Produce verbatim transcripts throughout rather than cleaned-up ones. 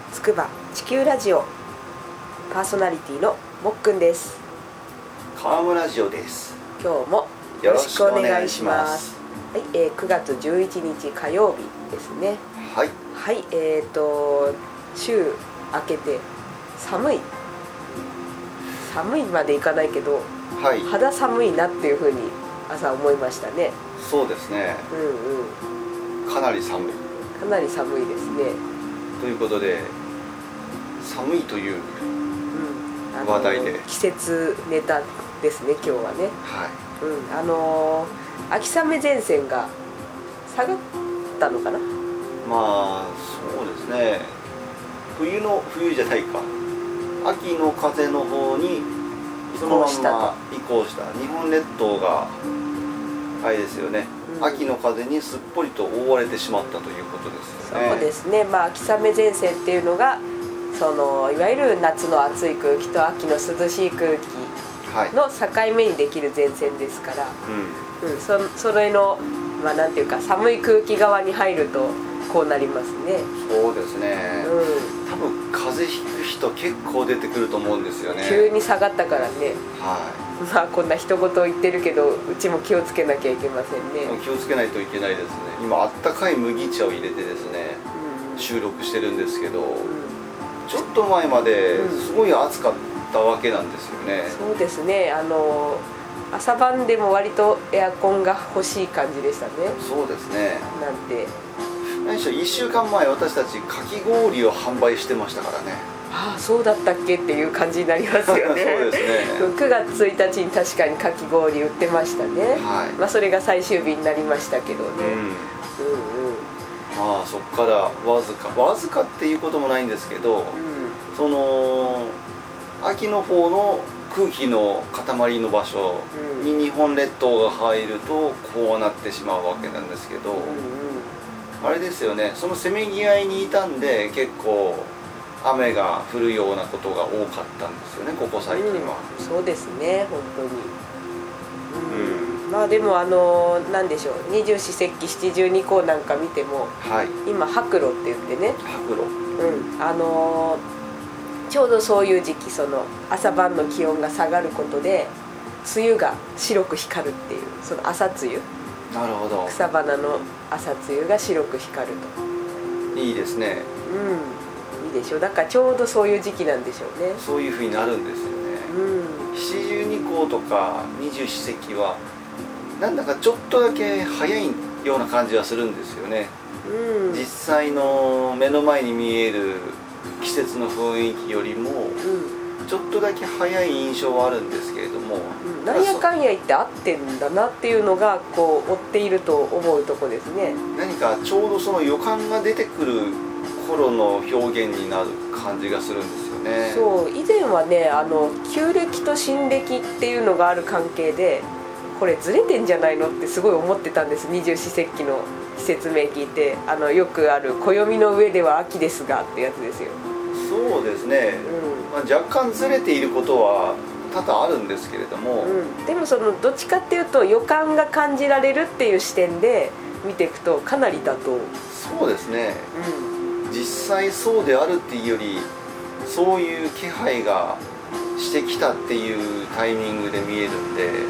つくば地球ラジオパーソナリティのもっくんです。 川村ジオです。 今日もよろしくお願いします。はい、えー、くがつじゅういちにち火曜日ですね。 はいはい、えーと週明けて寒い寒いまでいかないけど、 はい、 肌寒いなっていう風に朝思いましたね。 そうですね、 うんうん、 かなり寒いかなり寒いですね。 ということで、寒いといううん、 話題で季節ネタですね、今日はね。 はい、 うん、あのー、秋雨前線が下がったのかな。 まあそうですね、冬の冬じゃないか秋の風の方にそのまま移行した日本列島があれですよね、うん、秋の風にすっぽりと覆われてしまったということですよね。 そうですね、まあ、秋雨前線っていうのがそのいわゆる夏の暑い空気と秋の涼しい空気の境目にできる前線ですから、はいうんうん、そ, それの、まあ、なんていうか寒い空気側に入るとこうなりますね。 そうですね、うん、多分風邪ひく人結構出てくると思うんですよね。 急に下がったからね、 はいまあ、こんな一言言ってるけどうちも気をつけなきゃいけませんね。 気をつけないといけないですね。今あったかい麦茶を入れてですね、うん、収録してるんですけど、うん、ちょっと前まですごい暑かったわけなんですよね、 うん、そうですね、あの朝晩でも割とエアコンが欲しい感じでしたね。 そうですね、 なんて何しろいっしゅうかんまえ私たちかき氷を販売してましたからね。 ああそうだったっけっていう感じになりますよねそうですねくがつついたちに確かにかき氷売ってましたね、 はいまあ、それが最終日になりましたけどね、うん、うんうんまあそこからわずかわずかっていうこともないんですけど、うん、その秋の方の空気の塊の場所に日本列島が入るとこうなってしまうわけなんですけど、うんうん、あれですよね、そのせめぎ合いにいたんで結構雨が降るようなことが多かったんですよね、ここ最近は、 うん、そうですね、本当に、うんうん、まあでもあの何でしょう、二十四節気七十二候なんか見ても、はい、今白露って言ってね、 白露、 うん、あのちょうどそういう時期、その朝晩の気温が下がることで梅雨が白く光るっていう、その朝露、 なるほど、 草花の朝露が白く光るといいですね、 うん、いいでしょう。だからちょうどそういう時期なんでしょうね。 そういう風になるんですよね、うん、七十二候とか二十四節気はなんだかちょっとだけ早いような感じはするんですよね、うん、実際の目の前に見える季節の雰囲気よりも、うん、ちょっとだけ早い印象はあるんですけれども、 うん、なんやかんや言って合ってんだなっていうのがこう追っていると思うとこですね。 何かちょうどその予感が出てくる頃の表現になる感じがするんですよね。 そう、以前はね、あの旧暦と新暦っていうのがある関係でこれずれてんじゃないのってすごい思ってたんです。二十四節気の説明聞いて、あのよくある暦の上では秋ですがってやつですよ。 そうですね、うんまあ、若干ずれていることは多々あるんですけれども、 うん、でもそのどっちかっていうと予感が感じられるっていう視点で見ていくとかなり妥当。 そうですね、うん、実際そうであるっていうよりそういう気配がしてきたっていうタイミングで見えるんで、うん、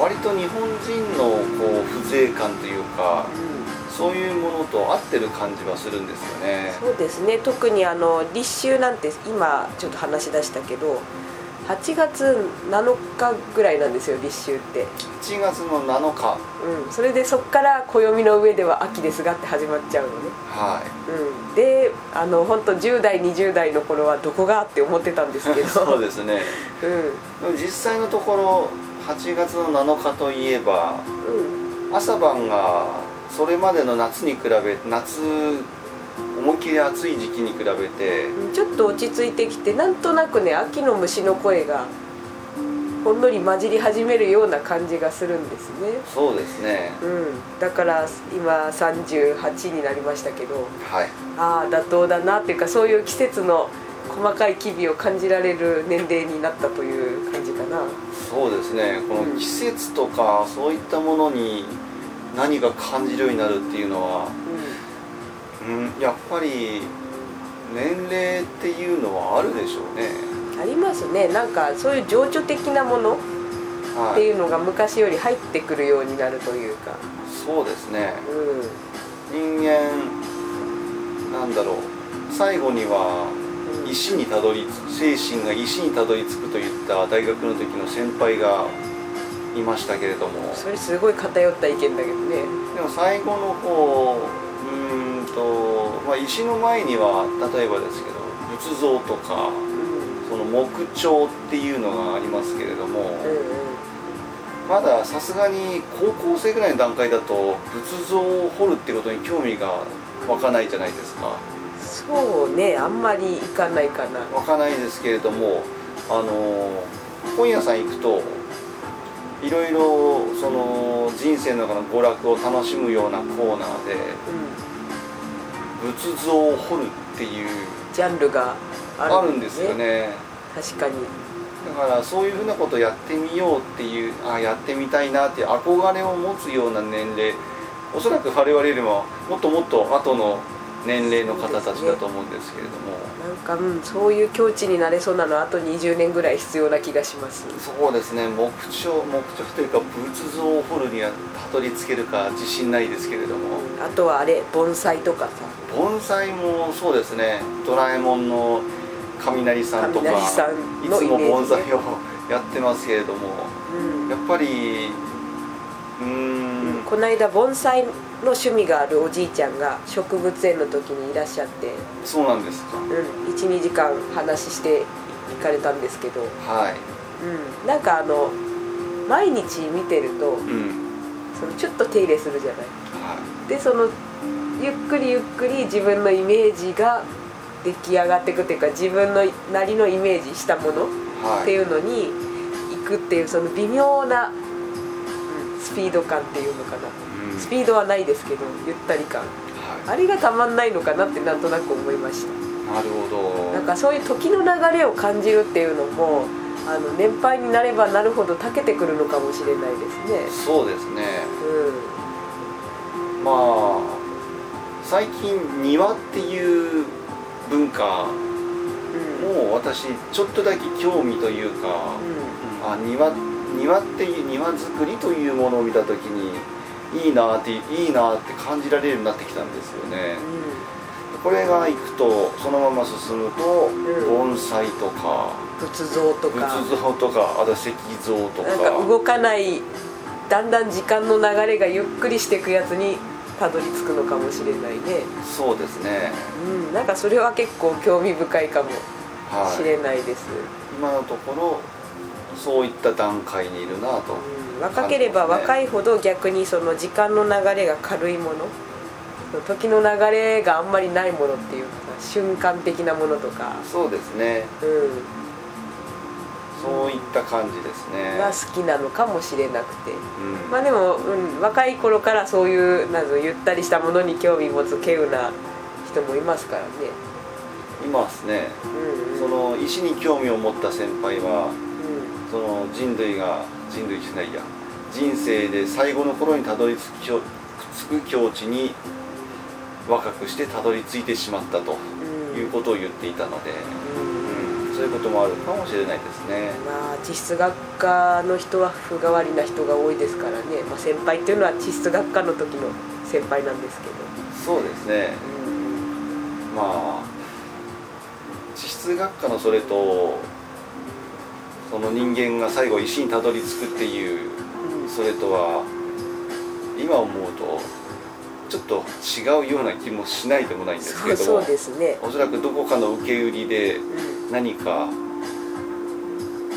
割と日本人のこう風情感というか、うん、そういうものと合ってる感じはするんですよね。 そうですね、特にあの立秋なんて今ちょっと話し出したけどはちがつなのかぐらいなんですよ、立秋って。はちがつのなのか、 うん、それでそっから暦の上では秋ですがって始まっちゃうのね。 はい、 うん、であの本当じゅう代にじゅう代の頃はどこがって思ってたんですけどそうですね、うん、実際のところはちがつのなのかといえば、うん、朝晩がそれまでの夏に比べ夏思いっきり暑い時期に比べてちょっと落ち着いてきて、なんとなくね秋の虫の声がほんのり混じり始めるような感じがするんですね。 そうですね、 うん、だから今さんじゅうはちになりましたけど、 はい、 ああ妥当だなっていうか、そういう季節の細かい機微を感じられる年齢になったという感じかな。 そうですね、この季節とかそういったものに何か感じるようになるっていうのは、うんうん、やっぱり年齢っていうのはあるでしょうね。 ありますね。なんかそういう情緒的なものっていうのが昔より入ってくるようになるというか、はい、 そうですね、うん、人間なんだろう、最後には石にたどり着く、精神が石にたどり着くといった大学の時の先輩がいましたけれども、 それすごい偏った意見だけどね。 でも最後の方、うーんと、まあ、石の前には例えばですけど仏像とか、うん、その木彫っていうのがありますけれども、うんうん、まださすがに高校生ぐらいの段階だと仏像を彫るってことに興味が湧かないじゃないですか。 そうね、あんまりいかないかな。 湧かないですけれども、あの本屋さん行くといろいろその人生の中の娯楽を楽しむようなコーナーで、うん、仏像を彫るっていうジャンルがあるんですよね。 確かに。 だからそういうふうなことをやってみようっていう、あ、やってみたいなっていう憧れを持つような年齢、おそらく我々よりももっともっと後の年齢の方たちだと思うんですけれども、 なんか、うん、そういう境地になれそうなのはあとにじゅうねんぐらい必要な気がします。 そうですね、木彫木彫というか仏像を彫るにはたどり着けるか自信ないですけれども、 うん、あとはあれ盆栽とかさ、 盆栽もそうですね、ドラえもんの雷さんとかいつも盆栽をやってますけれども、うん、やっぱりうーん、うん、 この間盆栽の趣味があるおじいちゃんが植物園の時にいらっしゃって、 そうなんですか、 うん、いちにじかん話して行かれたんですけど、 はい、 うん、なんかあの毎日見てると、うん、そのちょっと手入れするじゃない、はい、でそのゆっくりゆっくり自分のイメージが出来上がっていくっていうか、自分のなりのイメージしたものっていうのに行くっていう、その微妙な、うん、スピード感っていうのかな、うん、スピードはないですけどゆったり感、はい、あれがたまんないのかなってなんとなく思いました。 なるほど。 なんかそういう時の流れを感じるっていうのも、あの年配になればなるほど長けてくるのかもしれないですね。 そうですね、うん、まあ最近庭っていう文化も私ちょっとだけ興味というか、うん、あ 庭, 庭っていう庭作りというものを見た時にいいなっていいなって感じられるようになってきたんですよね、うん、これがいくとそのまま進むと、うん、盆栽とか仏像とか仏像とかあと石像とかなんか動かない、だんだん時間の流れがゆっくりしていくやつにたどり着くのかもしれないね。 そうですね、 うん、なんかそれは結構興味深いかもしれないです、はい、 今のところそういった段階にいるなと、 うん、若ければ若いほど逆にその時間の流れが軽いもの、時の流れがあんまりないものっていうか瞬間的なものとか、 そうですね、うん、そういった感じですねが好きなのかもしれなくて、うん、まあでも、うん、若い頃からそういうなんぞゆったりしたものに興味持つ稀有な人もいますからね。 いますね、うんうん、その石に興味を持った先輩は、うん、その人類が人類じゃないや人生で最後の頃にたどり着く境地に若くしてたどり着いてしまったということを言っていたので、うんうん、そういうこともあるかもしれないですね。 まあ地質学科の人は風変わりな人が多いですからね、まあ、先輩っていうのは地質学科の時の先輩なんですけど。 そうですね、うん、まあ地質学科のそれとその人間が最後石にたどり着くっていう、うん、それとは今思うとちょっと違うような気もしないでもないんですけれども、 そうですね、 おそらくどこかの受け売りで何か、うん、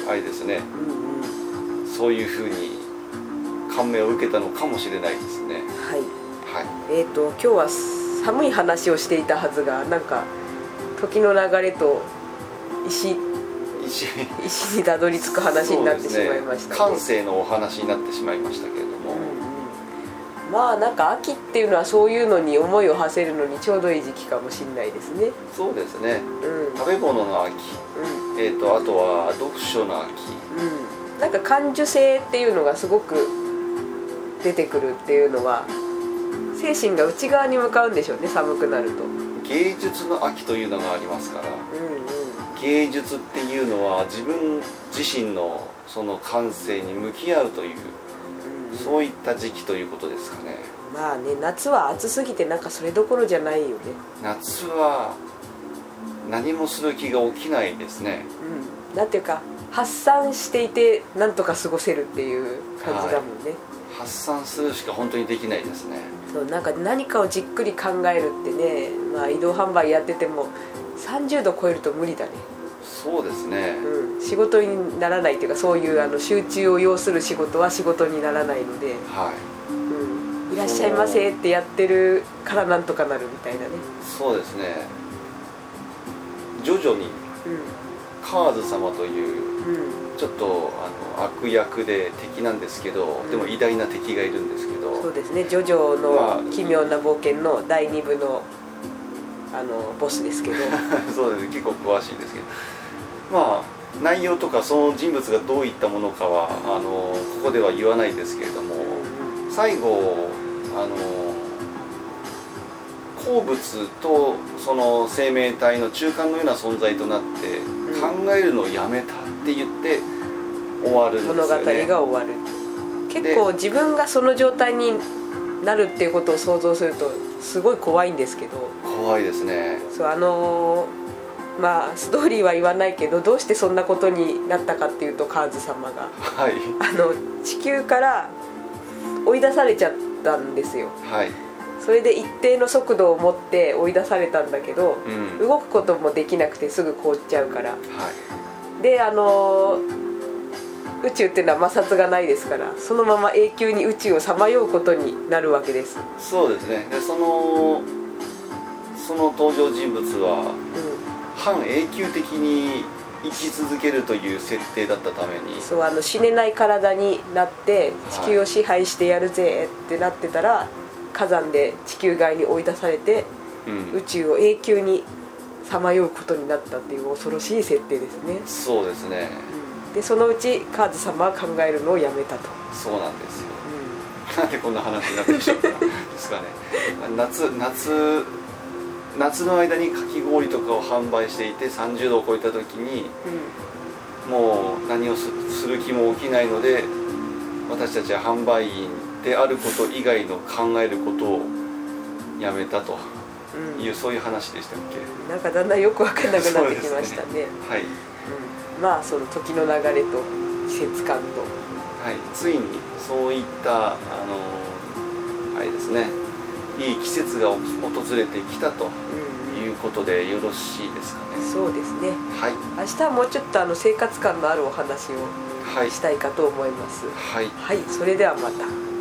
あれですね、うんうん、そういうふうに感銘を受けたのかもしれないですね。 はい、はい、えーと今日は寒い話をしていたはずがなんか時の流れと 石, 石, 石にたどり着く話になってしまいましたね。 感性のお話になってしまいましたけれども、 うん、まあなんか秋っていうのはそういうのに思いを馳せるのにちょうどいい時期かもしれないですね。 そうですね、うん、食べ物の秋、うん、えーとあとは読書の秋、 うん、なんか感受性っていうのがすごく出てくるっていうのは精神が内側に向かうんでしょうね、寒くなると。 芸術の秋というのがありますから、うんうん、芸術っていうのは自分自身のその感性に向き合うという、うんうん、そういった時期ということですかね。 まあね、夏は暑すぎてなんかそれどころじゃないよね。 夏は何もする気が起きないですね、 うん、なんていうか発散していてなんとか過ごせるっていう感じだもんね、はい、 発散するしか本当にできないですね。 そうなんか何かをじっくり考えるってね、まあ、移動販売やっててもさんじゅうど超えると無理だね。 そうですね、 うん、仕事にならないっていうかそういうあの集中を要する仕事は仕事にならないので、はい、うん、いらっしゃいませってやってるからなんとかなるみたいなね。 そうですね、徐々に、うん、カーズ様という、うん、ちょっとあの悪役で敵なんですけど、うん、でも偉大な敵がいるんですけど、 そうですね、ジョジョの奇妙な冒険のだいにぶの、あのボスですけどそうですね、結構詳しいですけど、まあ内容とかその人物がどういったものかはあのここでは言わないですけれども、うん、最後あの鉱物とその生命体の中間のような存在となって、うん、考えるのをやめたって言って終わるんですよね。物語が終わる。結構自分がその状態になるっていうことを想像するとすごい怖いんですけど。 怖いですね。 そう、あのまあストーリーは言わないけど、どうしてそんなことになったかっていうと、カーズ様が、はい、あの地球から追い出されちゃったんですよ。はい、それで一定の速度を持って追い出されたんだけど、うん、動くこともできなくてすぐ凍っちゃうから、はい、であの宇宙っていうのは摩擦がないですから、そのまま永久に宇宙をさまようことになるわけです。 そうですね。でそのその登場人物は、うん、半永久的に生き続けるという設定だったために、 そう、あの死ねない体になって地球を支配してやるぜってなってたら、はい、火山で地球外に追い出されて、うん、宇宙を永久にさまようことになったっていう恐ろしい設定ですね。 そうですね、 うん、でそのうちカーズ様は考えるのをやめたと。 そうなんですよ、うん、なんでこんな話になってきちゃったんですかね夏夏夏の間にかき氷とかを販売していてさんじゅうどを超えた時に、うん、もう何をする気も起きないので、私たちは販売員であること以外の考えることをやめたという、うん、そういう話でしたっけ。 なんかだんだんよく分かんなくなってきましたね。はい、うん、まあその時の流れと季節感と、 はい、ついにそういったあのあれですね、いい季節が訪れてきたということでよろしいですかね。 そうですね、はい、明日はもうちょっとあの生活感のあるお話をしたいかと思います。はい、はい、それではまた。